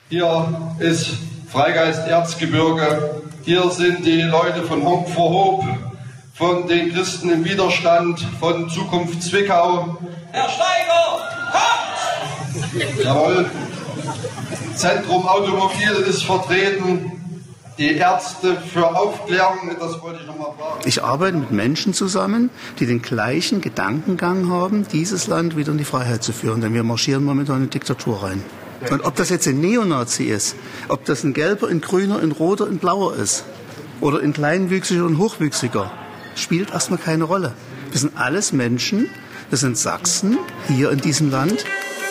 Hier ist Freigeist Erzgebirge. Hier sind die Leute von Honk for Hope, von den Christen im Widerstand, von Zukunft Zwickau. Herr Steiger, kommt! Jawohl. Zentrum Automobil ist vertreten. Die Ärzte für Aufklärung, das wollte ich nochmal fragen. Ich arbeite mit Menschen zusammen, die den gleichen Gedankengang haben, dieses Land wieder in die Freiheit zu führen. Denn wir marschieren momentan in eine Diktatur rein. Und ob das jetzt ein Neonazi ist, ob das ein Gelber, ein Grüner, ein Roter, ein Blauer ist oder ein Kleinwüchsiger und Hochwüchsiger, spielt erstmal keine Rolle. Wir sind alles Menschen, wir sind Sachsen hier in diesem Land.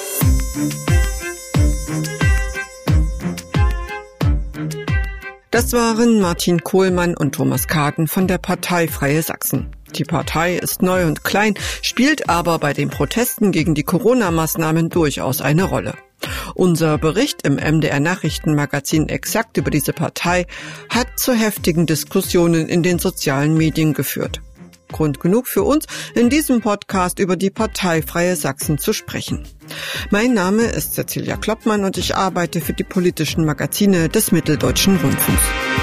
Das waren Martin Kohlmann und Thomas Kagen von der Partei Freie Sachsen. Die Partei ist neu und klein, spielt aber bei den Protesten gegen die Corona-Maßnahmen durchaus eine Rolle. Unser Bericht im MDR-Nachrichtenmagazin Exakt über diese Partei hat zu heftigen Diskussionen in den sozialen Medien geführt. Grund genug für uns, in diesem Podcast über die Partei Freie Sachsen zu sprechen. Mein Name ist Cecilia Kloppmann und ich arbeite für die politischen Magazine des Mitteldeutschen Rundfunks.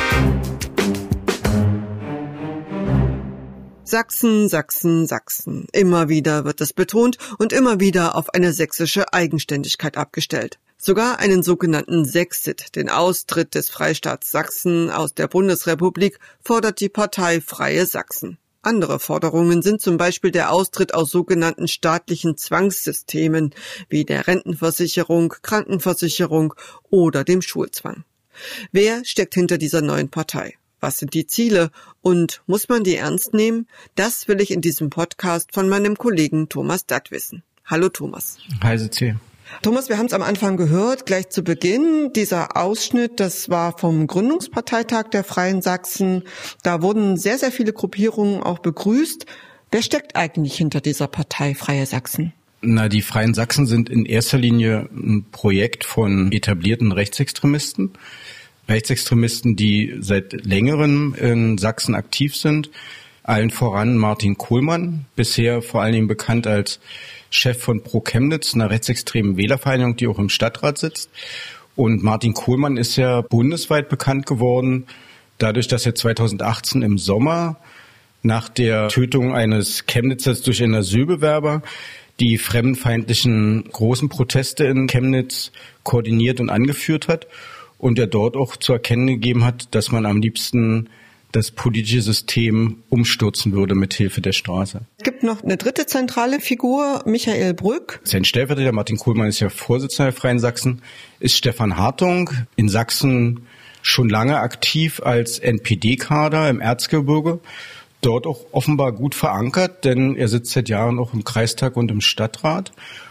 Sachsen, Sachsen, Sachsen. Immer wieder wird es betont und immer wieder auf eine sächsische Eigenständigkeit abgestellt. Sogar einen sogenannten Sexit, den Austritt des Freistaats Sachsen aus der Bundesrepublik, fordert die Partei Freie Sachsen. Andere Forderungen sind zum Beispiel der Austritt aus sogenannten staatlichen Zwangssystemen wie der Rentenversicherung, Krankenversicherung oder dem Schulzwang. Wer steckt hinter dieser neuen Partei? Was sind die Ziele und muss man die ernst nehmen? Das will ich in diesem Podcast von meinem Kollegen Thomas Datt wissen. Hallo Thomas. Hi Cecilia. Thomas, wir haben es am Anfang gehört, gleich zu Beginn. Dieser Ausschnitt, das war vom Gründungsparteitag der Freien Sachsen. Da wurden sehr, sehr viele Gruppierungen auch begrüßt. Wer steckt eigentlich hinter dieser Partei Freie Sachsen? Die Freien Sachsen sind in erster Linie ein Projekt von etablierten Rechtsextremisten. Rechtsextremisten, die seit längerem in Sachsen aktiv sind. Allen voran Martin Kohlmann, bisher vor allen Dingen bekannt als Chef von Pro Chemnitz, einer rechtsextremen Wählervereinigung, die auch im Stadtrat sitzt. Und Martin Kohlmann ist ja bundesweit bekannt geworden, dadurch, dass er 2018 im Sommer nach der Tötung eines Chemnitzers durch einen Asylbewerber die fremdenfeindlichen großen Proteste in Chemnitz koordiniert und angeführt hat und er dort auch zu erkennen gegeben hat, dass man am liebsten das politische System umstürzen würde mit Hilfe der Straße. Es gibt noch eine dritte zentrale Figur, Michael Brück. Sein Stellvertreter, Martin Kohlmann, ist ja Vorsitzender der Freien Sachsen, ist Stefan Hartung, in Sachsen schon lange aktiv als NPD-Kader im Erzgebirge, dort auch offenbar gut verankert, denn er sitzt seit Jahren auch im Kreistag und im Stadtrat.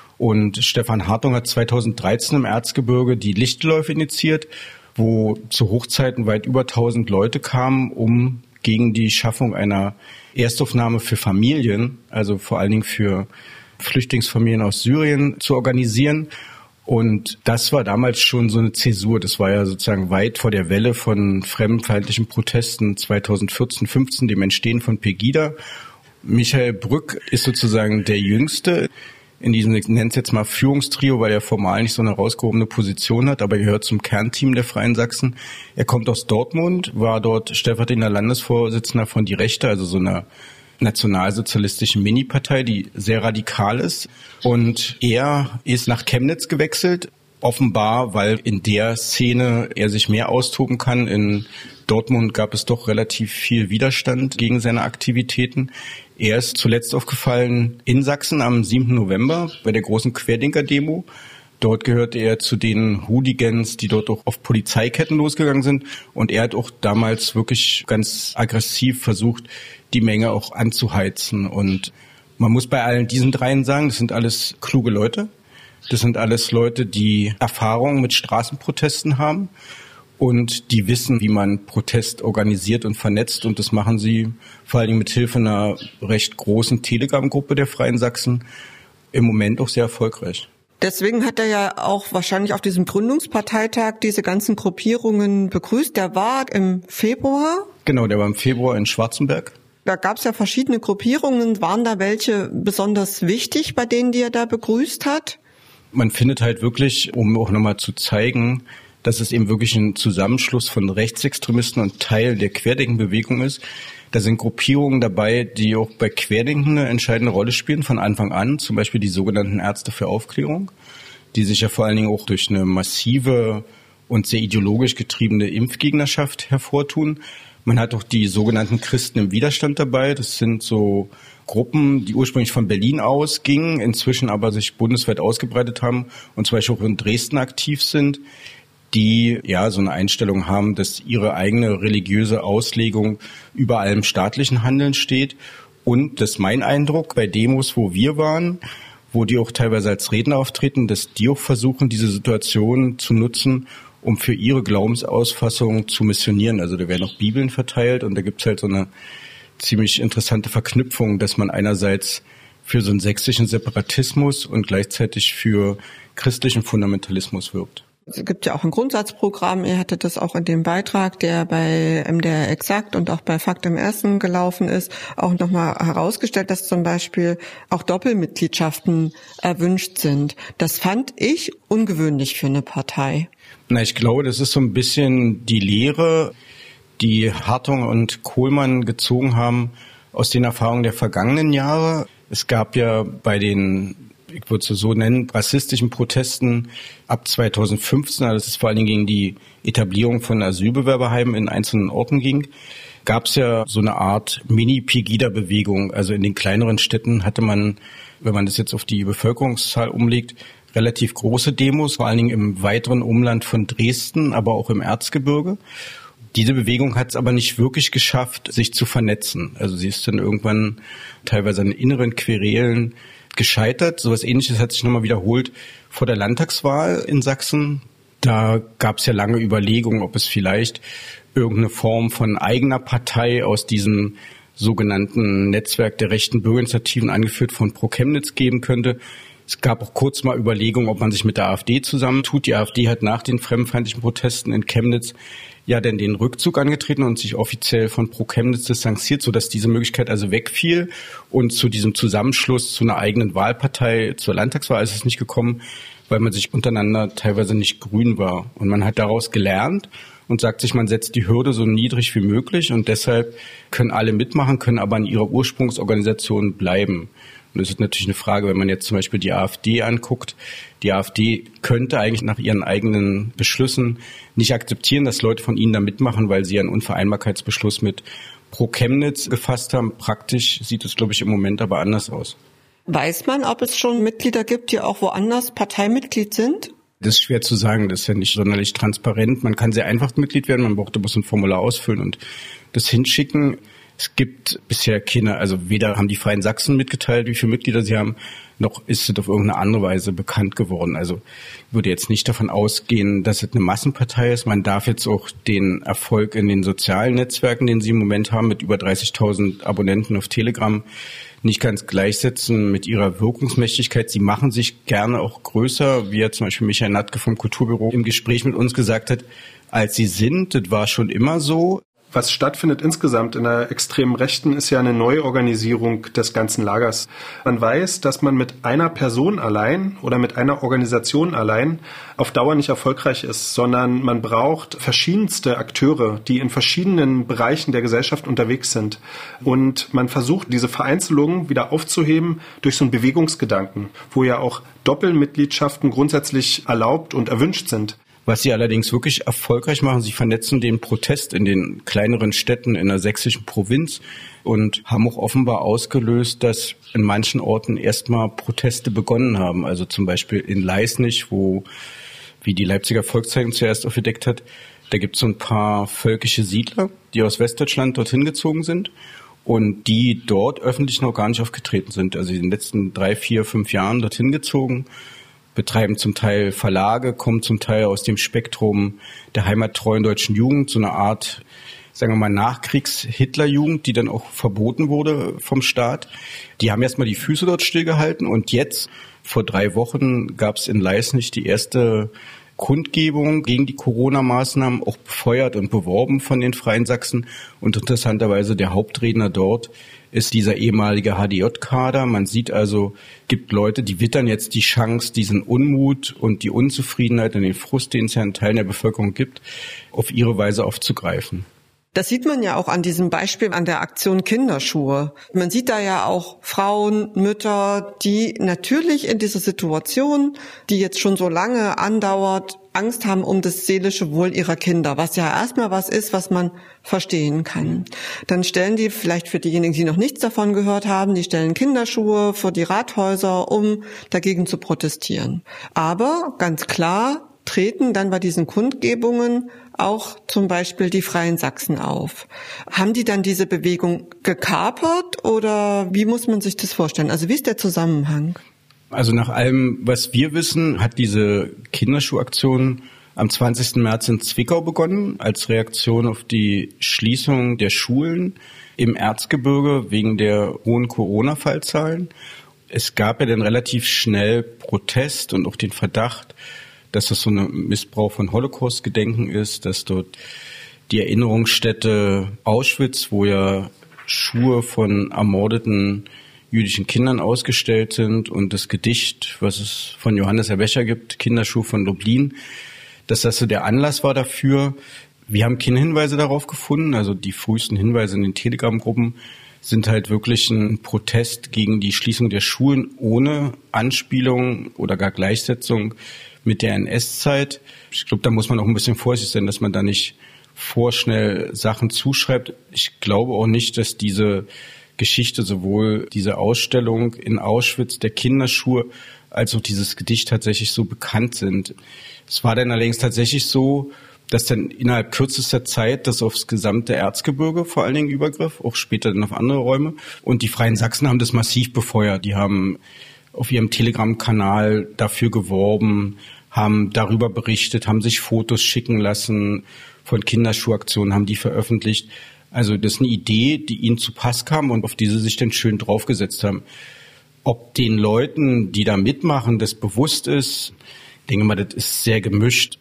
Und Stefan Hartung hat 2013 im Erzgebirge die Lichtläufe initiiert, wo zu Hochzeiten weit über 1000 Leute kamen, um gegen die Schaffung einer Erstaufnahme für Familien, also vor allen Dingen für Flüchtlingsfamilien aus Syrien, zu organisieren. Und das war damals schon so eine Zäsur. Das war ja sozusagen weit vor der Welle von fremdenfeindlichen Protesten 2014, 15, dem Entstehen von Pegida. Michael Brück ist sozusagen der Jüngste in diesem, ich nenne es jetzt mal Führungstrio, weil er formal nicht so eine herausgehobene Position hat, aber er gehört zum Kernteam der Freien Sachsen. Er kommt aus Dortmund, war dort stellvertretender Landesvorsitzender von Die Rechte, also so einer nationalsozialistischen Mini-Partei, die sehr radikal ist. Und er ist nach Chemnitz gewechselt, offenbar, weil in der Szene er sich mehr austoben kann. In Dortmund gab es doch relativ viel Widerstand gegen seine Aktivitäten. Er ist zuletzt aufgefallen in Sachsen am 7. November bei der großen Querdenker-Demo. Dort gehörte er zu den Hooligans, die dort auch auf Polizeiketten losgegangen sind. Und er hat auch damals wirklich ganz aggressiv versucht, die Menge auch anzuheizen. Und man muss bei allen diesen dreien sagen, das sind alles kluge Leute. Das sind alles Leute, die Erfahrung mit Straßenprotesten haben. Und die wissen, wie man Protest organisiert und vernetzt. Und das machen sie vor allem mit Hilfe einer recht großen Telegram-Gruppe der Freien Sachsen im Moment auch sehr erfolgreich. Deswegen hat er ja auch wahrscheinlich auf diesem Gründungsparteitag diese ganzen Gruppierungen begrüßt. Der war im Februar. Genau, der war im Februar in Schwarzenberg. Da gab es ja verschiedene Gruppierungen. Waren da welche besonders wichtig, bei denen die er da begrüßt hat? Man findet halt wirklich, um auch nochmal zu zeigen, dass es eben wirklich ein Zusammenschluss von Rechtsextremisten und Teil der Querdenkenbewegung ist. Da sind Gruppierungen dabei, die auch bei Querdenken eine entscheidende Rolle spielen von Anfang an, zum Beispiel die sogenannten Ärzte für Aufklärung, die sich ja vor allen Dingen auch durch eine massive und sehr ideologisch getriebene Impfgegnerschaft hervortun. Man hat auch die sogenannten Christen im Widerstand dabei. Das sind so Gruppen, die ursprünglich von Berlin ausgingen, inzwischen aber sich bundesweit ausgebreitet haben und zum Beispiel auch in Dresden aktiv sind, die ja so eine Einstellung haben, dass ihre eigene religiöse Auslegung über allem staatlichen Handeln steht. Und das ist mein Eindruck bei Demos, wo wir waren, wo die auch teilweise als Redner auftreten, dass die auch versuchen, diese Situation zu nutzen, um für ihre Glaubensausfassung zu missionieren. Also da werden auch Bibeln verteilt und da gibt es halt so eine ziemlich interessante Verknüpfung, dass man einerseits für so einen sächsischen Separatismus und gleichzeitig für christlichen Fundamentalismus wirbt. Es gibt ja auch ein Grundsatzprogramm. Ihr hattet das auch in dem Beitrag, der bei MDR Exakt und auch bei Fakt im Ersten gelaufen ist, auch nochmal herausgestellt, dass zum Beispiel auch Doppelmitgliedschaften erwünscht sind. Das fand ich ungewöhnlich für eine Partei. Na, ich glaube, das ist so ein bisschen die Lehre, die Hartung und Kohlmann gezogen haben aus den Erfahrungen der vergangenen Jahre. Es gab ja bei den, ich würde es so nennen, rassistischen Protesten ab 2015, also das ist vor allen Dingen gegen die Etablierung von Asylbewerberheimen in einzelnen Orten ging, gab es ja so eine Art Mini-Pegida-Bewegung. Also in den kleineren Städten hatte man, wenn man das jetzt auf die Bevölkerungszahl umlegt, relativ große Demos, vor allen Dingen im weiteren Umland von Dresden, aber auch im Erzgebirge. Diese Bewegung hat es aber nicht wirklich geschafft, sich zu vernetzen. Also sie ist dann irgendwann teilweise an inneren Querelen gescheitert. So etwas Ähnliches hat sich nochmal wiederholt vor der Landtagswahl in Sachsen. Da gab es ja lange Überlegungen, ob es vielleicht irgendeine Form von eigener Partei aus diesem sogenannten Netzwerk der rechten Bürgerinitiativen, angeführt von Pro Chemnitz, geben könnte. Es gab auch kurz mal Überlegungen, ob man sich mit der AfD zusammentut. Die AfD hat nach den fremdenfeindlichen Protesten in Chemnitz ja denn den Rückzug angetreten und sich offiziell von Pro Chemnitz distanziert, sodass diese Möglichkeit also wegfiel. Und zu diesem Zusammenschluss zu einer eigenen Wahlpartei zur Landtagswahl ist es nicht gekommen, weil man sich untereinander teilweise nicht grün war. Und man hat daraus gelernt und sagt sich, man setzt die Hürde so niedrig wie möglich und deshalb können alle mitmachen, können aber in ihrer Ursprungsorganisation bleiben. Und das ist natürlich eine Frage, wenn man jetzt zum Beispiel die AfD anguckt. Die AfD könnte eigentlich nach ihren eigenen Beschlüssen nicht akzeptieren, dass Leute von ihnen da mitmachen, weil sie einen Unvereinbarkeitsbeschluss mit Pro Chemnitz gefasst haben. Praktisch sieht es, glaube ich, im Moment aber anders aus. Weiß man, ob es schon Mitglieder gibt, die auch woanders Parteimitglied sind? Das ist schwer zu sagen, das ist ja nicht sonderlich transparent. Man kann sehr einfach Mitglied werden, man braucht bloß ein Formular ausfüllen und das hinschicken. Es gibt bisher keine, also weder haben die Freien Sachsen mitgeteilt, wie viele Mitglieder sie haben, noch ist es auf irgendeine andere Weise bekannt geworden. Also ich würde jetzt nicht davon ausgehen, dass es eine Massenpartei ist. Man darf jetzt auch den Erfolg in den sozialen Netzwerken, den sie im Moment haben, mit über 30.000 Abonnenten auf Telegram, nicht ganz gleichsetzen mit ihrer Wirkungsmächtigkeit. Sie machen sich gerne auch größer, wie ja zum Beispiel Michael Natke vom Kulturbüro im Gespräch mit uns gesagt hat, als sie sind. Das war schon immer so. Was stattfindet insgesamt in der extremen Rechten, ist ja eine Neuorganisierung des ganzen Lagers. Man weiß, dass man mit einer Person allein oder mit einer Organisation allein auf Dauer nicht erfolgreich ist, sondern man braucht verschiedenste Akteure, die in verschiedenen Bereichen der Gesellschaft unterwegs sind. Und man versucht, diese Vereinzelungen wieder aufzuheben durch so einen Bewegungsgedanken, wo ja auch Doppelmitgliedschaften grundsätzlich erlaubt und erwünscht sind. Was sie allerdings wirklich erfolgreich machen, sie vernetzen den Protest in den kleineren Städten in der sächsischen Provinz und haben auch offenbar ausgelöst, dass in manchen Orten erstmal Proteste begonnen haben. Also zum Beispiel in Leisnig, wo, wie die Leipziger Volkszeitung zuerst aufgedeckt hat, da gibt es so ein paar völkische Siedler, die aus Westdeutschland dorthin gezogen sind und die dort öffentlich noch gar nicht aufgetreten sind. Also in den letzten 3, 4, 5 Jahren dorthin gezogen, betreiben zum Teil Verlage, kommen zum Teil aus dem Spektrum der heimattreuen deutschen Jugend, so eine Art, sagen wir mal, Nachkriegs-Hitlerjugend, die dann auch verboten wurde vom Staat. Die haben erstmal die Füße dort stillgehalten und jetzt, vor 3 Wochen, gab es in Leisnig die erste Kundgebung gegen die Corona-Maßnahmen auch befeuert und beworben von den Freien Sachsen. Und interessanterweise der Hauptredner dort ist dieser ehemalige HDJ-Kader. Man sieht also, gibt Leute, die wittern jetzt die Chance, diesen Unmut und die Unzufriedenheit und den Frust, den es ja in Teilen der Bevölkerung gibt, auf ihre Weise aufzugreifen. Das sieht man ja auch an diesem Beispiel an der Aktion Kinderschuhe. Man sieht da ja auch Frauen, Mütter, die natürlich in dieser Situation, die jetzt schon so lange andauert, Angst haben um das seelische Wohl ihrer Kinder, was ja erstmal was ist, was man verstehen kann. Dann stellen die, vielleicht für diejenigen, die noch nichts davon gehört haben, die stellen Kinderschuhe vor die Rathäuser, um dagegen zu protestieren. Aber ganz klar treten dann bei diesen Kundgebungen auch zum Beispiel die Freien Sachsen auf. Haben die dann diese Bewegung gekapert oder wie muss man sich das vorstellen? Also wie ist der Zusammenhang? Also nach allem, was wir wissen, hat diese Kinderschuhaktion am 20. März in Zwickau begonnen, als Reaktion auf die Schließung der Schulen im Erzgebirge wegen der hohen Corona-Fallzahlen. Es gab ja dann relativ schnell Protest und auch den Verdacht, dass das so ein Missbrauch von Holocaust-Gedenken ist, dass dort die Erinnerungsstätte Auschwitz, wo ja Schuhe von ermordeten jüdischen Kindern ausgestellt sind und das Gedicht, was es von Johannes Erbecher gibt, Kinderschuh von Lublin, dass das so der Anlass war dafür. Wir haben keine Hinweise darauf gefunden, also die frühesten Hinweise in den Telegram-Gruppen sind halt wirklich ein Protest gegen die Schließung der Schulen ohne Anspielung oder gar Gleichsetzung mit der NS-Zeit. Ich glaube, da muss man auch ein bisschen vorsichtig sein, dass man da nicht vorschnell Sachen zuschreibt. Ich glaube auch nicht, dass diese Geschichte, sowohl diese Ausstellung in Auschwitz der Kinderschuhe, als auch dieses Gedicht tatsächlich so bekannt sind. Es war dann allerdings tatsächlich so, dass dann innerhalb kürzester Zeit das aufs gesamte Erzgebirge vor allen Dingen übergriff, auch später dann auf andere Räume. Und die Freien Sachsen haben das massiv befeuert. Die haben auf ihrem Telegram-Kanal dafür geworben, haben darüber berichtet, haben sich Fotos schicken lassen von Kinderschuhaktionen, haben die veröffentlicht. Also das ist eine Idee, die ihnen zu Pass kam und auf die sie sich dann schön draufgesetzt haben. Ob den Leuten, die da mitmachen, das bewusst ist, ich denke mal, das ist sehr gemischt.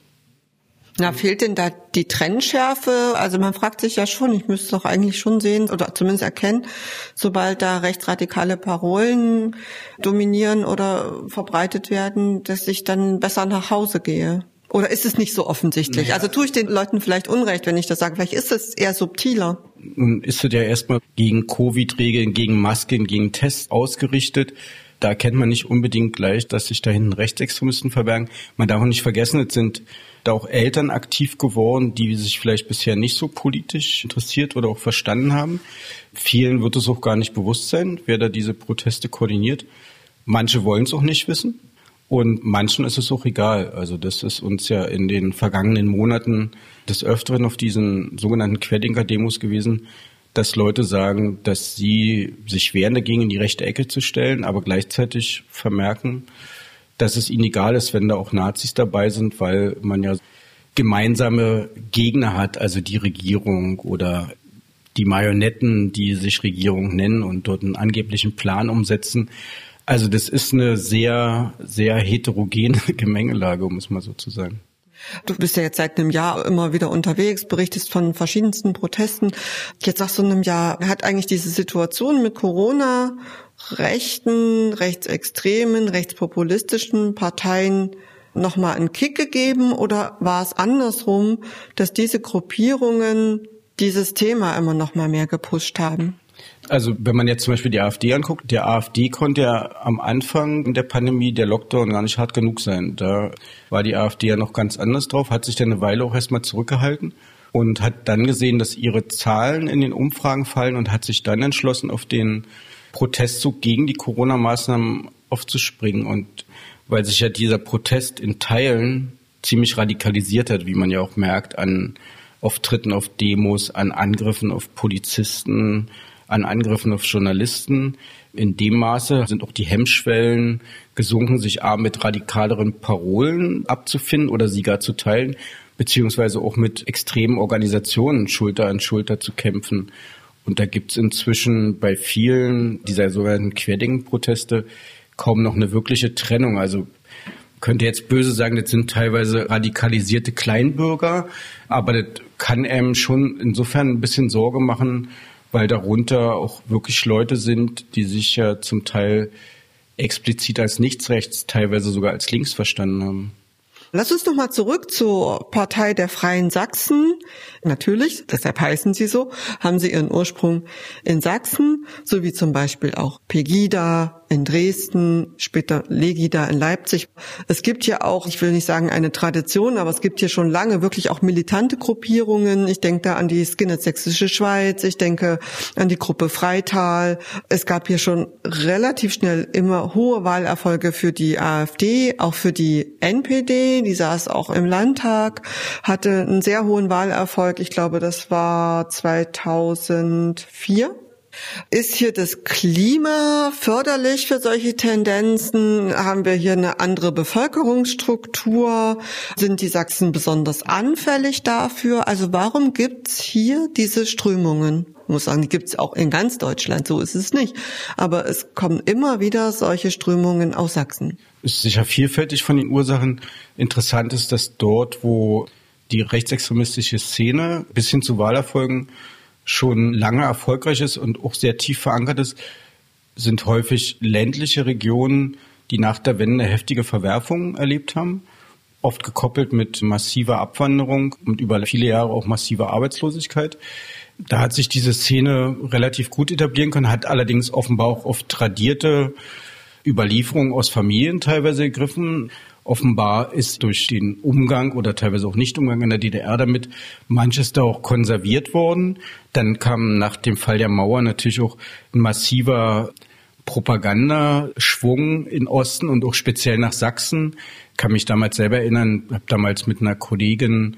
Na, fehlt denn da die Trennschärfe? Also man fragt sich ja schon, ich müsste es doch eigentlich schon sehen oder zumindest erkennen, sobald da rechtsradikale Parolen dominieren oder verbreitet werden, dass ich dann besser nach Hause gehe. Oder ist es nicht so offensichtlich? Ja. Also tue ich den Leuten vielleicht Unrecht, wenn ich das sage. Vielleicht ist es eher subtiler. Nun ist es ja erstmal gegen Covid-Regeln, gegen Masken, gegen Tests ausgerichtet. Da erkennt man nicht unbedingt gleich, dass sich da hinten Rechtsextremisten verbergen. Man darf auch nicht vergessen, es sind da auch Eltern aktiv geworden, die sich vielleicht bisher nicht so politisch interessiert oder auch verstanden haben. Vielen wird es auch gar nicht bewusst sein, wer da diese Proteste koordiniert. Manche wollen es auch nicht wissen und manchen ist es auch egal. Also das ist uns ja in den vergangenen Monaten des Öfteren auf diesen sogenannten Querdenker-Demos gewesen, dass Leute sagen, dass sie sich wehren dagegen, in die rechte Ecke zu stellen, aber gleichzeitig vermerken, dass es ihnen egal ist, wenn da auch Nazis dabei sind, weil man ja gemeinsame Gegner hat, also die Regierung oder die Marionetten, die sich Regierung nennen und dort einen angeblichen Plan umsetzen. Also das ist eine sehr, sehr heterogene Gemengelage, um es mal so zu sagen. Du bist ja jetzt seit einem Jahr immer wieder unterwegs, berichtest von verschiedensten Protesten. Jetzt nach so einem Jahr, hat eigentlich diese Situation mit Corona rechten, rechtsextremen, rechtspopulistischen Parteien nochmal einen Kick gegeben oder war es andersrum, dass diese Gruppierungen dieses Thema immer noch mal mehr gepusht haben? Also wenn man jetzt zum Beispiel die AfD anguckt, der AfD konnte ja am Anfang der Pandemie der Lockdown gar nicht hart genug sein. Da war die AfD ja noch ganz anders drauf, hat sich dann eine Weile auch erstmal zurückgehalten und hat dann gesehen, dass ihre Zahlen in den Umfragen fallen und hat sich dann entschlossen, auf den Protestzug gegen die Corona-Maßnahmen aufzuspringen. Und weil sich ja dieser Protest in Teilen ziemlich radikalisiert hat, wie man ja auch merkt, an Auftritten auf Demos, an Angriffen auf Polizisten, an Angriffen auf Journalisten. In dem Maße sind auch die Hemmschwellen gesunken, sich A mit radikaleren Parolen abzufinden oder sie gar zu teilen, beziehungsweise auch mit extremen Organisationen Schulter an Schulter zu kämpfen. Und da gibt es inzwischen bei vielen dieser sogenannten Querdenken-Proteste kaum noch eine wirkliche Trennung. Also könnte jetzt böse sagen, das sind teilweise radikalisierte Kleinbürger, aber das kann einem schon insofern ein bisschen Sorge machen, weil darunter auch wirklich Leute sind, die sich ja zum Teil explizit als Nichtsrechts, teilweise sogar als links verstanden haben. Lass uns noch mal zurück zur Partei der Freien Sachsen. Natürlich, deshalb heißen sie so, haben sie ihren Ursprung in Sachsen, so wie zum Beispiel auch Pegida in Dresden, später Legida in Leipzig. Es gibt ja auch, ich will nicht sagen eine Tradition, aber es gibt hier schon lange wirklich auch militante Gruppierungen. Ich denke da an die Skinheads Sächsische Schweiz, ich denke an die Gruppe Freital. Es gab hier schon relativ schnell immer hohe Wahlerfolge für die AfD, auch für die NPD. Die saß auch im Landtag, hatte einen sehr hohen Wahlerfolg. Ich glaube, das war 2004. Ist hier das Klima förderlich für solche Tendenzen? Haben wir hier eine andere Bevölkerungsstruktur? Sind die Sachsen besonders anfällig dafür? Also warum gibt's hier diese Strömungen? Ich muss sagen, die gibt's auch in ganz Deutschland, so ist es nicht. Aber es kommen immer wieder solche Strömungen aus Sachsen. Es ist sicher vielfältig von den Ursachen. Interessant ist, dass dort, wo die rechtsextremistische Szene bis hin zu Wahlerfolgen schon lange erfolgreich ist und auch sehr tief verankert ist, sind häufig ländliche Regionen, die nach der Wende heftige Verwerfungen erlebt haben, oft gekoppelt mit massiver Abwanderung und über viele Jahre auch massiver Arbeitslosigkeit. Da hat sich diese Szene relativ gut etablieren können, hat allerdings offenbar auch auf tradierte Überlieferungen aus Familien teilweise gegriffen. Offenbar ist durch den Umgang oder teilweise auch Nicht-Umgang in der DDR damit manches da auch konserviert worden. Dann kam nach dem Fall der Mauer natürlich auch ein massiver Propagandaschwung in Osten und auch speziell nach Sachsen. Ich kann mich damals selber erinnern, habe damals mit einer Kollegin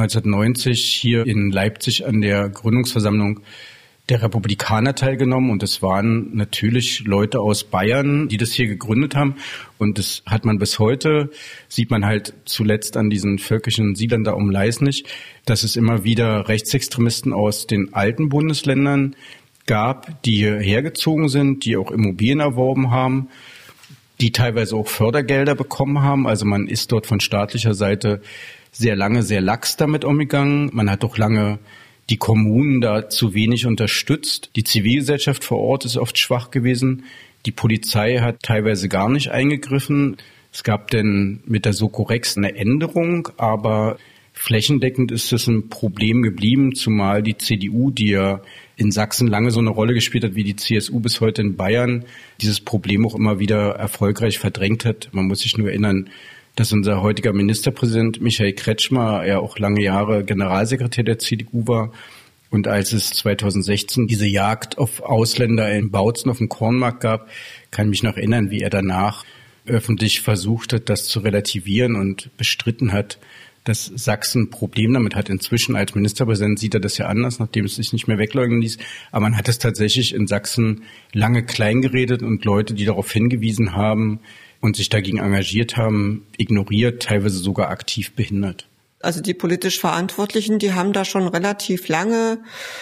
1990 hier in Leipzig an der Gründungsversammlung der Republikaner teilgenommen und es waren natürlich Leute aus Bayern, die das hier gegründet haben und das hat man bis heute, sieht man halt zuletzt an diesen völkischen Siedlern da um Leisnig, dass es immer wieder Rechtsextremisten aus den alten Bundesländern gab, die hierher gezogen sind, die auch Immobilien erworben haben, die teilweise auch Fördergelder bekommen haben, also man ist dort von staatlicher Seite sehr lange, sehr lax damit umgegangen, man hat auch lange die Kommunen da zu wenig unterstützt. Die Zivilgesellschaft vor Ort ist oft schwach gewesen. Die Polizei hat teilweise gar nicht eingegriffen. Es gab denn mit der Soko Rex eine Änderung, aber flächendeckend ist es ein Problem geblieben, zumal die CDU, die ja in Sachsen lange so eine Rolle gespielt hat wie die CSU bis heute in Bayern, dieses Problem auch immer wieder erfolgreich verdrängt hat. Man muss sich nur erinnern, dass unser heutiger Ministerpräsident Michael Kretschmer ja auch lange Jahre Generalsekretär der CDU war. Und als es 2016 diese Jagd auf Ausländer in Bautzen auf dem Kornmarkt gab, kann ich mich noch erinnern, wie er danach öffentlich versucht hat, das zu relativieren und bestritten hat, dass Sachsen ein Problem damit hat. Inzwischen als Ministerpräsident sieht er das ja anders, nachdem es sich nicht mehr wegleugnen ließ. Aber man hat es tatsächlich in Sachsen lange kleingeredet und Leute, die darauf hingewiesen haben, und sich dagegen engagiert haben, ignoriert, teilweise sogar aktiv behindert. Also die politisch Verantwortlichen, die haben da schon relativ lange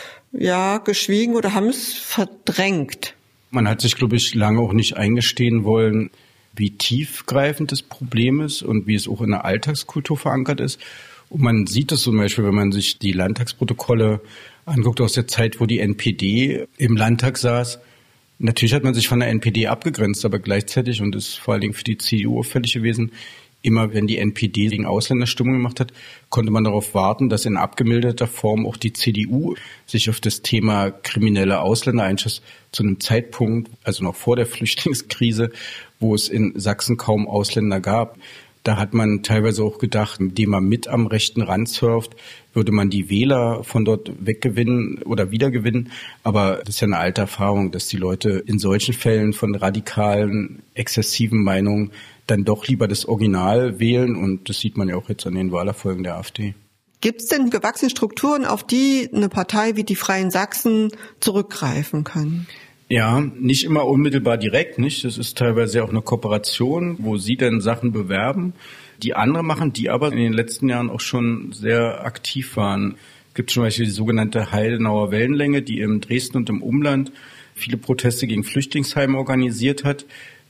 geschwiegen oder haben es verdrängt. Man hat sich, glaube ich, lange auch nicht eingestehen wollen, wie tiefgreifend das Problem ist und wie es auch in der Alltagskultur verankert ist. Und man sieht es zum Beispiel, wenn man sich die Landtagsprotokolle anguckt aus der Zeit, wo die NPD im Landtag saß. Natürlich hat man sich von der NPD abgegrenzt, aber gleichzeitig, und das ist vor allen Dingen für die CDU auffällig gewesen, immer wenn die NPD gegen Ausländer Stimmung gemacht hat, konnte man darauf warten, dass in abgemilderter Form auch die CDU sich auf das Thema kriminelle Ausländereinschluss zu einem Zeitpunkt, also noch vor der Flüchtlingskrise, wo es in Sachsen kaum Ausländer gab, da hat man teilweise auch gedacht, indem man mit am rechten Rand surft, würde man die Wähler von dort weggewinnen oder wiedergewinnen. Aber das ist ja eine alte Erfahrung, dass die Leute in solchen Fällen von radikalen, exzessiven Meinungen dann doch lieber das Original wählen. Und das sieht man ja auch jetzt an den Wahlerfolgen der AfD. Gibt es denn gewachsene Strukturen, auf die eine Partei wie die Freien Sachsen zurückgreifen kann? Ja, nicht immer unmittelbar direkt, nicht? Das ist teilweise auch eine Kooperation, wo sie dann Sachen bewerben, die andere machen, die aber in den letzten Jahren auch schon sehr aktiv waren. Es gibt zum Beispiel die sogenannte Heidenauer Wellenlänge, die in Dresden und im Umland viele Proteste gegen Flüchtlingsheime organisiert hat.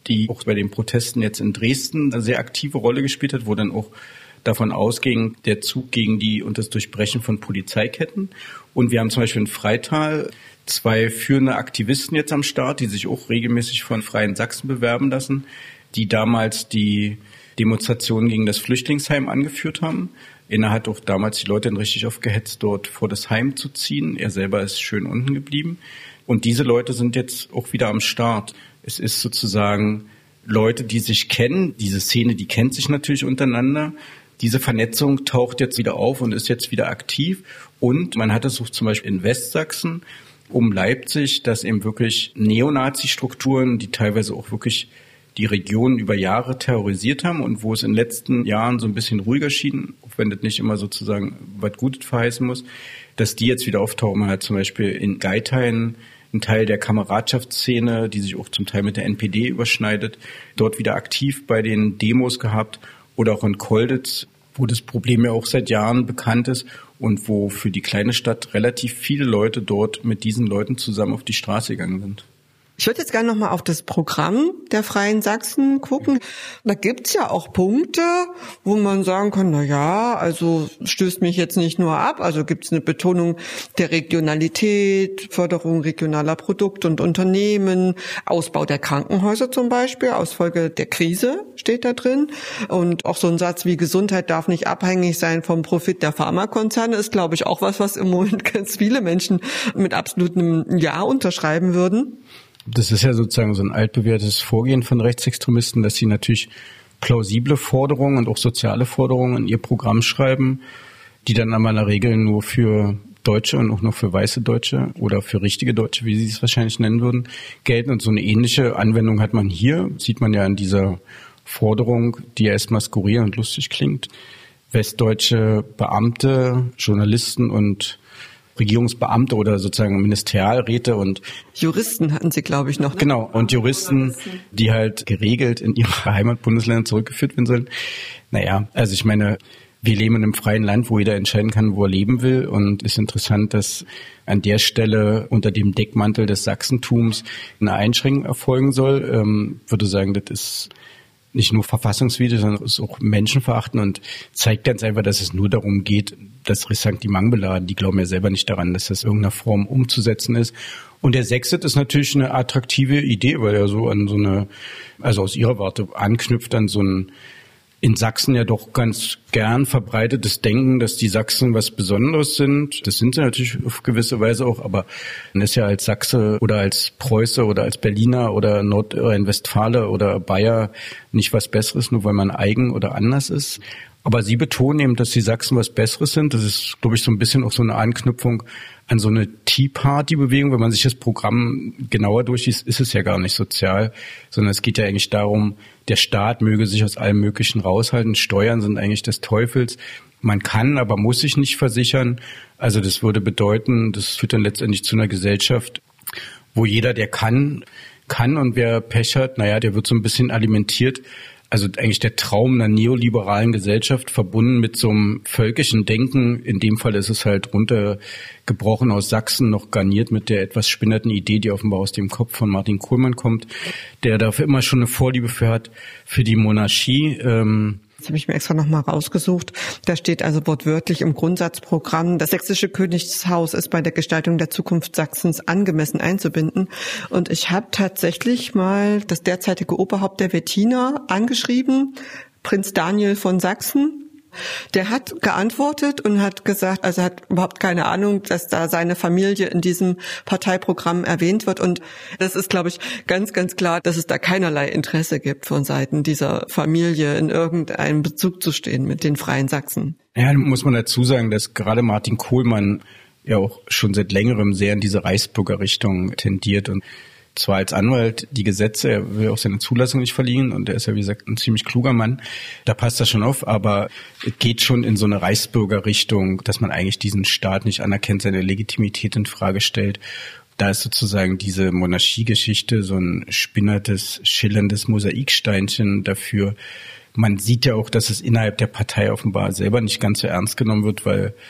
die auch bei den Protesten jetzt in Dresden eine sehr aktive Rolle gespielt hat, wo dann auch davon ausging, der Zug gegen die und das Durchbrechen von Polizeiketten. Und wir haben zum Beispiel in Freital 2 führende Aktivisten jetzt am Start, die sich auch regelmäßig von Freien Sachsen bewerben lassen, die damals die Demonstrationen gegen das Flüchtlingsheim angeführt haben. Er hat auch damals die Leute dann richtig aufgehetzt, dort vor das Heim zu ziehen. Er selber ist schön unten geblieben. Und diese Leute sind jetzt auch wieder am Start. Es ist sozusagen Leute, die sich kennen. Diese Szene, die kennt sich natürlich untereinander. Diese Vernetzung taucht jetzt wieder auf und ist jetzt wieder aktiv. Und man hat es auch zum Beispiel in Westsachsen um Leipzig, dass eben wirklich Neonazi-Strukturen, die teilweise auch wirklich die Region über Jahre terrorisiert haben und wo es in den letzten Jahren so ein bisschen ruhiger schien, auch wenn das nicht immer sozusagen was Gutes verheißen muss, dass die jetzt wieder auftauchen. Man hat zum Beispiel in Geithain einen Teil der Kameradschaftsszene, die sich auch zum Teil mit der NPD überschneidet, dort wieder aktiv bei den Demos gehabt oder auch in Kolditz, wo das Problem ja auch seit Jahren bekannt ist und wo für die kleine Stadt relativ viele Leute dort mit diesen Leuten zusammen auf die Straße gegangen sind. Ich würde jetzt gerne nochmal auf das Programm der Freien Sachsen gucken. Da gibt's ja auch Punkte, wo man sagen kann, na ja, also stößt mich jetzt nicht nur ab. Also gibt's eine Betonung der Regionalität, Förderung regionaler Produkte und Unternehmen, Ausbau der Krankenhäuser zum Beispiel, aus Folge der Krise steht da drin. Und auch so ein Satz wie Gesundheit darf nicht abhängig sein vom Profit der Pharmakonzerne ist, glaube ich, auch was im Moment ganz viele Menschen mit absolutem Ja unterschreiben würden. Das ist ja sozusagen so ein altbewährtes Vorgehen von Rechtsextremisten, dass sie natürlich plausible Forderungen und auch soziale Forderungen in ihr Programm schreiben, die dann aber in der Regel nur für Deutsche und auch nur für weiße Deutsche oder für richtige Deutsche, wie sie es wahrscheinlich nennen würden, gelten. Und so eine ähnliche Anwendung hat man hier, sieht man ja in dieser Forderung, die ja erstmal skurril und lustig klingt. Westdeutsche Beamte, Journalisten und Regierungsbeamte oder sozusagen Ministerialräte und Juristen hatten sie, glaube ich, noch. Ne? Genau, und Juristen, die halt geregelt in ihre Heimatbundesländer zurückgeführt werden sollen. Naja, also ich meine, wir leben in einem freien Land, wo jeder entscheiden kann, wo er leben will. Und es ist interessant, dass an der Stelle unter dem Deckmantel des Sachsentums eine Einschränkung erfolgen soll. Würde sagen, das ist nicht nur verfassungswidrig, sondern ist auch menschenverachtend und zeigt ganz einfach, dass es nur darum geht, dass Ressentiment beladen. Die glauben ja selber nicht daran, dass das in irgendeiner Form umzusetzen ist. Und der Sextet ist natürlich eine attraktive Idee, weil er so an so eine, also aus ihrer Warte anknüpft an so ein in Sachsen ja doch ganz gern verbreitetes Denken, dass die Sachsen was Besonderes sind. Das sind sie natürlich auf gewisse Weise auch, aber man ist ja als Sachse oder als Preuße oder als Berliner oder Nordrhein-Westfale oder Bayer nicht was Besseres, nur weil man eigen oder anders ist. Aber sie betonen eben, dass die Sachsen was Besseres sind. Das ist, glaube ich, so ein bisschen auch so eine Anknüpfung an so eine Tea Party-Bewegung. Wenn man sich das Programm genauer durchliest, ist es ja gar nicht sozial, sondern es geht ja eigentlich darum, der Staat möge sich aus allem Möglichen raushalten. Steuern sind eigentlich des Teufels. Man kann, aber muss sich nicht versichern. Also das würde bedeuten, das führt dann letztendlich zu einer Gesellschaft, wo jeder, der kann und wer Pech hat, naja, der wird so ein bisschen alimentiert. Also eigentlich der Traum einer neoliberalen Gesellschaft verbunden mit so einem völkischen Denken. In dem Fall ist es halt runtergebrochen aus Sachsen, noch garniert mit der etwas spinnerten Idee, die offenbar aus dem Kopf von Martin Kohlmann kommt, der dafür immer schon eine Vorliebe für hat, für die Monarchie. Das habe ich mir extra nochmal rausgesucht. Da steht also wortwörtlich im Grundsatzprogramm, das sächsische Königshaus ist bei der Gestaltung der Zukunft Sachsens angemessen einzubinden. Und ich habe tatsächlich mal das derzeitige Oberhaupt der Wettiner angeschrieben, Prinz Daniel von Sachsen. Der hat geantwortet und hat gesagt, also er hat überhaupt keine Ahnung, dass da seine Familie in diesem Parteiprogramm erwähnt wird. Und das ist, glaube ich, ganz, ganz klar, dass es da keinerlei Interesse gibt von Seiten dieser Familie in irgendeinem Bezug zu stehen mit den Freien Sachsen. Ja, muss man dazu sagen, dass gerade Martin Kohlmann ja auch schon seit längerem sehr in diese Reichsbürgerrichtung tendiert und zwar als Anwalt die Gesetze, er will auch seine Zulassung nicht verliehen und er ist ja, wie gesagt, ein ziemlich kluger Mann. Da passt das schon auf, aber es geht schon in so eine Reichsbürgerrichtung, dass man eigentlich diesen Staat nicht anerkennt, seine Legitimität in Frage stellt. Da ist sozusagen diese Monarchiegeschichte so ein spinnertes, schillerndes Mosaiksteinchen dafür. Man sieht ja auch, dass es innerhalb der Partei offenbar selber nicht ganz so ernst genommen wird, weil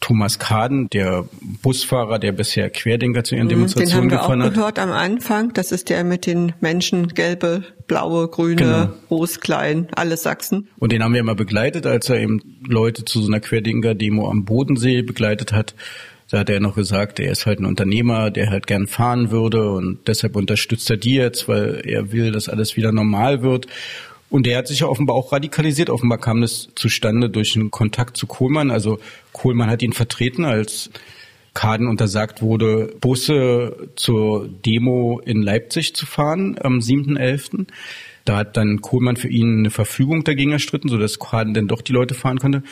Thomas Kaden, der Busfahrer, der bisher Querdenker zu ihren Demonstrationen gefahren hat. Den haben wir auch gehört am Anfang. Das ist der mit den Menschen, gelbe, blaue, grüne, groß, klein, alles Sachsen. Und den haben wir immer begleitet, als er eben Leute zu so einer Querdenker-Demo am Bodensee begleitet hat. Da hat er noch gesagt, er ist halt ein Unternehmer, der halt gern fahren würde und deshalb unterstützt er die jetzt, weil er will, dass alles wieder normal wird. Und der hat sich ja offenbar auch radikalisiert. Offenbar kam das zustande durch einen Kontakt zu Kohlmann. Also Kohlmann hat ihn vertreten, als Kaden untersagt wurde, Busse zur Demo in Leipzig zu fahren am 7.11. Da hat dann Kohlmann für ihn eine Verfügung dagegen erstritten, sodass Kaden dann doch die Leute fahren konnte.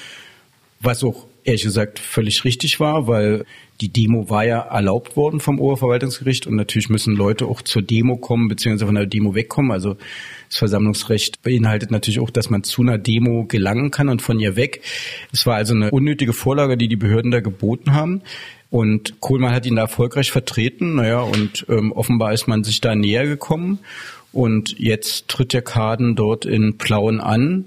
Was auch ehrlich gesagt völlig richtig war, weil die Demo war ja erlaubt worden vom Oberverwaltungsgericht und natürlich müssen Leute auch zur Demo kommen bzw. von der Demo wegkommen. Also das Versammlungsrecht beinhaltet natürlich auch, dass man zu einer Demo gelangen kann und von ihr weg. Es war also eine unnötige Vorlage, die die Behörden da geboten haben. Und Kohlmann hat ihn da erfolgreich vertreten. Und offenbar ist man sich da näher gekommen. Und jetzt tritt der Kaden dort in Plauen an.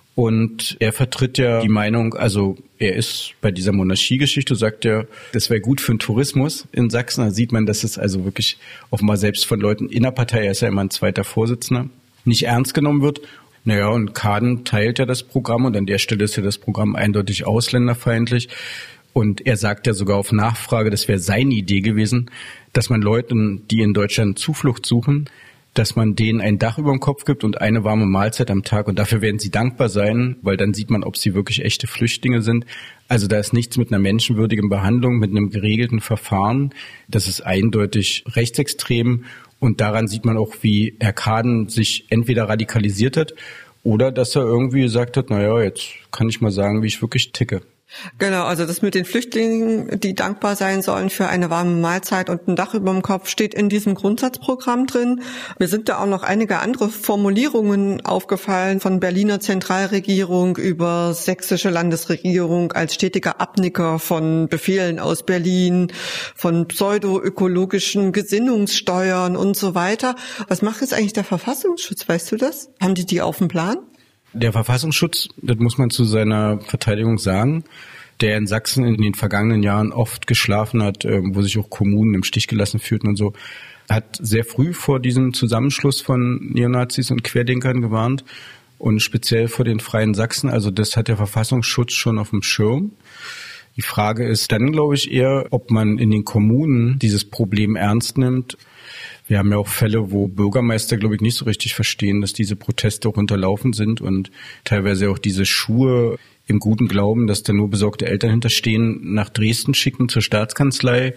Und er vertritt ja die Meinung, also er ist bei dieser Monarchiegeschichte, sagt er, das wäre gut für den Tourismus in Sachsen. Da sieht man, dass es also wirklich offenbar selbst von Leuten in der Partei, er ist ja immer ein zweiter Vorsitzender, nicht ernst genommen wird. Und Kaden teilt ja das Programm und an der Stelle ist ja das Programm eindeutig ausländerfeindlich. Und er sagt ja sogar auf Nachfrage, das wäre seine Idee gewesen, dass man Leuten, die in Deutschland Zuflucht suchen, dass man denen ein Dach über dem Kopf gibt und eine warme Mahlzeit am Tag. Und dafür werden sie dankbar sein, weil dann sieht man, ob sie wirklich echte Flüchtlinge sind. Also da ist nichts mit einer menschenwürdigen Behandlung, mit einem geregelten Verfahren. Das ist eindeutig rechtsextrem. Und daran sieht man auch, wie Herr Kaden sich entweder radikalisiert hat oder dass er irgendwie gesagt hat, jetzt kann ich mal sagen, wie ich wirklich ticke. Genau, also das mit den Flüchtlingen, die dankbar sein sollen für eine warme Mahlzeit und ein Dach über dem Kopf, steht in diesem Grundsatzprogramm drin. Mir sind da auch noch einige andere Formulierungen aufgefallen, von Berliner Zentralregierung über sächsische Landesregierung als stetiger Abnicker von Befehlen aus Berlin, von pseudo-ökologischen Gesinnungssteuern und so weiter. Was macht jetzt eigentlich der Verfassungsschutz, weißt du das? Haben die auf dem Plan? Der Verfassungsschutz, das muss man zu seiner Verteidigung sagen, der in Sachsen in den vergangenen Jahren oft geschlafen hat, wo sich auch Kommunen im Stich gelassen fühlten und so, hat sehr früh vor diesem Zusammenschluss von Neonazis und Querdenkern gewarnt und speziell vor den Freien Sachsen. Also das hat der Verfassungsschutz schon auf dem Schirm. Die Frage ist dann, glaube ich, eher, ob man in den Kommunen dieses Problem ernst nimmt. Wir haben ja auch Fälle, wo Bürgermeister, glaube ich, nicht so richtig verstehen, dass diese Proteste auch unterlaufen sind und teilweise auch diese Schuhe im guten Glauben, dass da nur besorgte Eltern hinterstehen, nach Dresden schicken zur Staatskanzlei.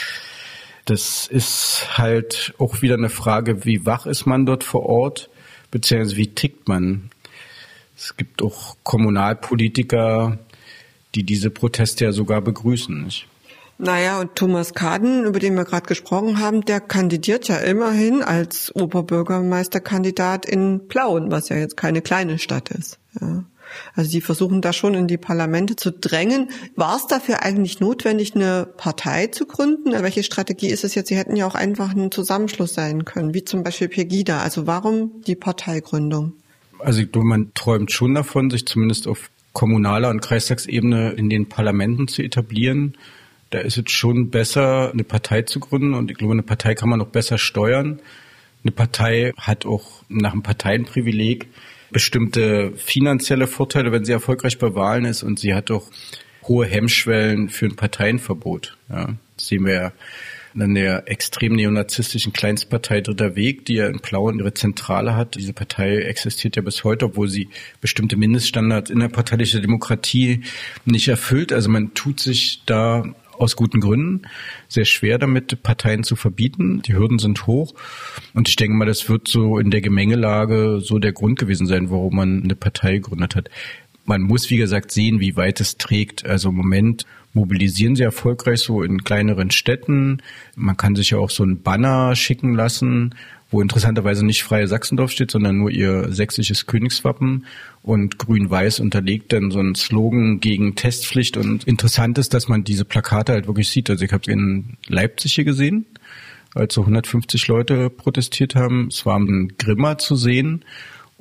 Das ist halt auch wieder eine Frage, wie wach ist man dort vor Ort, beziehungsweise wie tickt man. Es gibt auch Kommunalpolitiker, die diese Proteste ja sogar begrüßen, nicht? Und Thomas Kaden, über den wir gerade gesprochen haben, der kandidiert ja immerhin als Oberbürgermeisterkandidat in Plauen, was ja jetzt keine kleine Stadt ist. Ja. Also die versuchen da schon in die Parlamente zu drängen. War es dafür eigentlich notwendig, eine Partei zu gründen? Welche Strategie ist es jetzt? Sie hätten ja auch einfach ein Zusammenschluss sein können, wie zum Beispiel Pegida. Also warum die Parteigründung? Also man träumt schon davon, sich zumindest auf kommunaler und Kreistagsebene in den Parlamenten zu etablieren. Da ist es schon besser, eine Partei zu gründen und ich glaube, eine Partei kann man auch besser steuern. Eine Partei hat auch nach dem Parteienprivileg bestimmte finanzielle Vorteile, wenn sie erfolgreich bei Wahlen ist und sie hat auch hohe Hemmschwellen für ein Parteienverbot. Ja, das sehen wir ja an der extrem neonazistischen Kleinstpartei Dritter Weg, die ja in Plauen ihre Zentrale hat. Diese Partei existiert ja bis heute, obwohl sie bestimmte Mindeststandards innerparteilicher Demokratie nicht erfüllt. Also man tut sich da aus guten Gründen sehr schwer damit, Parteien zu verbieten. Die Hürden sind hoch. Und ich denke mal, das wird so in der Gemengelage so der Grund gewesen sein, warum man eine Partei gegründet hat. Man muss, wie gesagt, sehen, wie weit es trägt. Also im Moment mobilisieren sie erfolgreich so in kleineren Städten. Man kann sich ja auch so ein Banner schicken lassen, wo interessanterweise nicht Freie Sachsendorf steht, sondern nur ihr sächsisches Königswappen und grün-weiß unterlegt dann so ein Slogan gegen Testpflicht. Und interessant ist, dass man diese Plakate halt wirklich sieht. Also ich habe es in Leipzig hier gesehen, als so 150 Leute protestiert haben. Es war ein Grimma zu sehen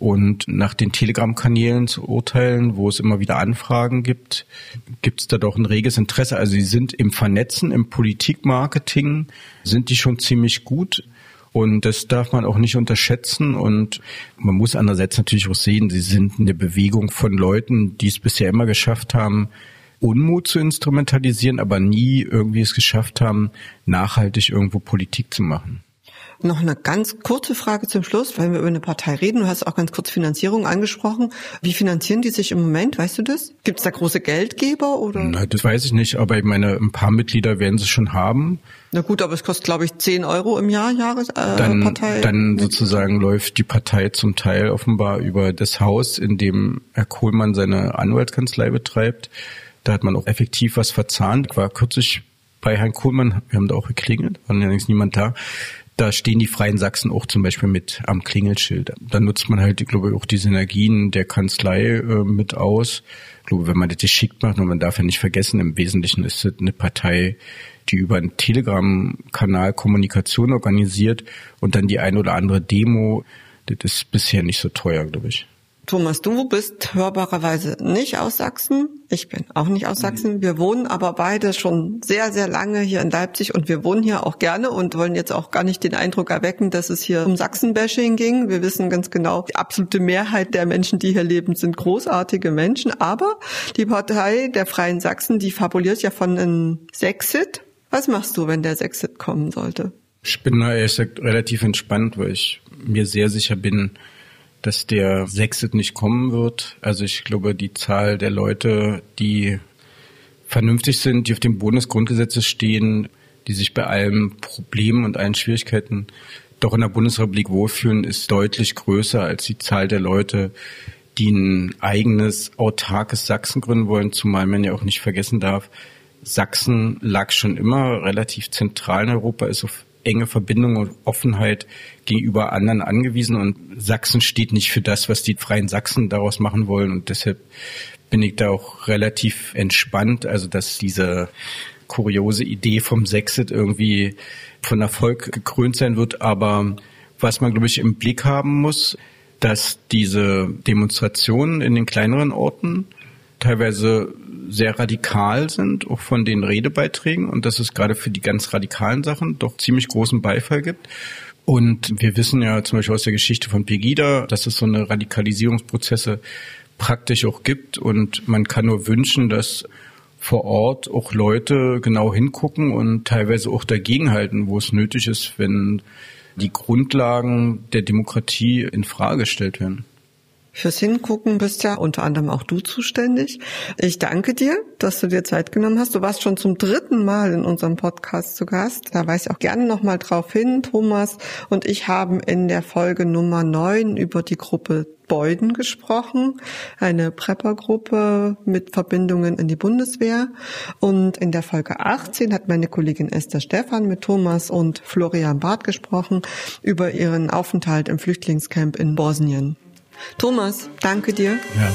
Und nach den Telegram-Kanälen zu urteilen, wo es immer wieder Anfragen gibt, gibt es da doch ein reges Interesse. Also sie sind im Vernetzen, im Politikmarketing, sind die schon ziemlich gut. Und das darf man auch nicht unterschätzen. Und man muss andererseits natürlich auch sehen, sie sind eine Bewegung von Leuten, die es bisher immer geschafft haben, Unmut zu instrumentalisieren, aber nie irgendwie es geschafft haben, nachhaltig irgendwo Politik zu machen. Noch eine ganz kurze Frage zum Schluss, weil wir über eine Partei reden. Du hast auch ganz kurz Finanzierung angesprochen. Wie finanzieren die sich im Moment? Weißt du das? Gibt es da große Geldgeber oder? Na, das weiß ich nicht, aber ich meine, ein paar Mitglieder werden sie schon haben. Na gut, aber es kostet, glaube ich, 10 € im Jahr, Partei. Dann sozusagen läuft die Partei zum Teil offenbar über das Haus, in dem Herr Kohlmann seine Anwaltskanzlei betreibt. Da hat man auch effektiv was verzahnt. Ich war kürzlich bei Herrn Kohlmann, wir haben da auch geklingelt, war allerdings niemand da. Da stehen die Freien Sachsen auch zum Beispiel mit am Klingelschild. Da nutzt man halt, ich glaube, auch die Synergien der Kanzlei mit aus. Ich glaube, wenn man das geschickt macht, und man darf ja nicht vergessen, im Wesentlichen ist es eine Partei, die über einen Telegram-Kanal Kommunikation organisiert und dann die ein oder andere Demo. Das ist bisher nicht so teuer, glaube ich. Thomas, du bist hörbarerweise nicht aus Sachsen. Ich bin auch nicht aus Sachsen. Wir wohnen aber beide schon sehr, sehr lange hier in Leipzig und wir wohnen hier auch gerne und wollen jetzt auch gar nicht den Eindruck erwecken, dass es hier um Sachsen-Bashing ging. Wir wissen ganz genau, die absolute Mehrheit der Menschen, die hier leben, sind großartige Menschen. Aber die Partei der Freien Sachsen, die fabuliert ja von einem Sexit. Was machst du, wenn der Sexit kommen sollte? Ich bin da ehrlich gesagt relativ entspannt, weil ich mir sehr sicher bin, dass der Sexit nicht kommen wird. Also ich glaube, die Zahl der Leute, die vernünftig sind, die auf dem Bundesgrundgesetz stehen, die sich bei allen Problemen und allen Schwierigkeiten doch in der Bundesrepublik wohlfühlen, ist deutlich größer als die Zahl der Leute, die ein eigenes, autarkes Sachsen gründen wollen, zumal man ja auch nicht vergessen darf, Sachsen lag schon immer relativ zentral in Europa, ist auf enge Verbindung und Offenheit gegenüber anderen angewiesen und Sachsen steht nicht für das, was die Freien Sachsen daraus machen wollen und deshalb bin ich da auch relativ entspannt, also dass diese kuriose Idee vom Sexit irgendwie von Erfolg gekrönt sein wird, aber was man, glaube ich, im Blick haben muss, dass diese Demonstrationen in den kleineren Orten teilweise sehr radikal sind, auch von den Redebeiträgen und dass es gerade für die ganz radikalen Sachen doch ziemlich großen Beifall gibt. Und wir wissen ja zum Beispiel aus der Geschichte von Pegida, dass es so eine Radikalisierungsprozesse praktisch auch gibt und man kann nur wünschen, dass vor Ort auch Leute genau hingucken und teilweise auch dagegenhalten, wo es nötig ist, wenn die Grundlagen der Demokratie in Frage gestellt werden. Fürs Hingucken bist ja unter anderem auch du zuständig. Ich danke dir, dass du dir Zeit genommen hast. Du warst schon zum 3. Mal in unserem Podcast zu Gast. Da weise ich auch gerne nochmal drauf hin. Thomas und ich haben in der Folge Nummer 9 über die Gruppe Beuden gesprochen, eine Prepper-Gruppe mit Verbindungen in die Bundeswehr. Und in der Folge 18 hat meine Kollegin Esther Stephan mit Thomas und Florian Barth gesprochen über ihren Aufenthalt im Flüchtlingscamp in Bosnien. Thomas, danke dir. Ja.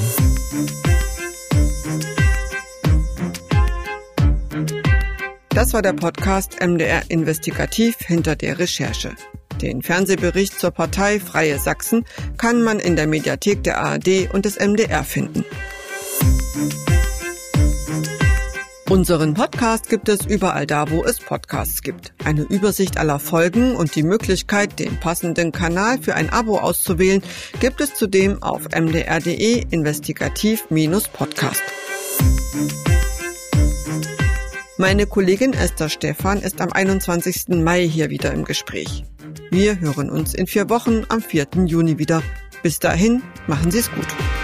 Das war der Podcast MDR Investigativ hinter der Recherche. Den Fernsehbericht zur Partei Freie Sachsen kann man in der Mediathek der ARD und des MDR finden. Unseren Podcast gibt es überall da, wo es Podcasts gibt. Eine Übersicht aller Folgen und die Möglichkeit, den passenden Kanal für ein Abo auszuwählen, gibt es zudem auf mdr.de/investigativ-podcast. Meine Kollegin Esther Stephan ist am 21. Mai hier wieder im Gespräch. Wir hören uns in 4 Wochen am 4. Juni wieder. Bis dahin, machen Sie es gut.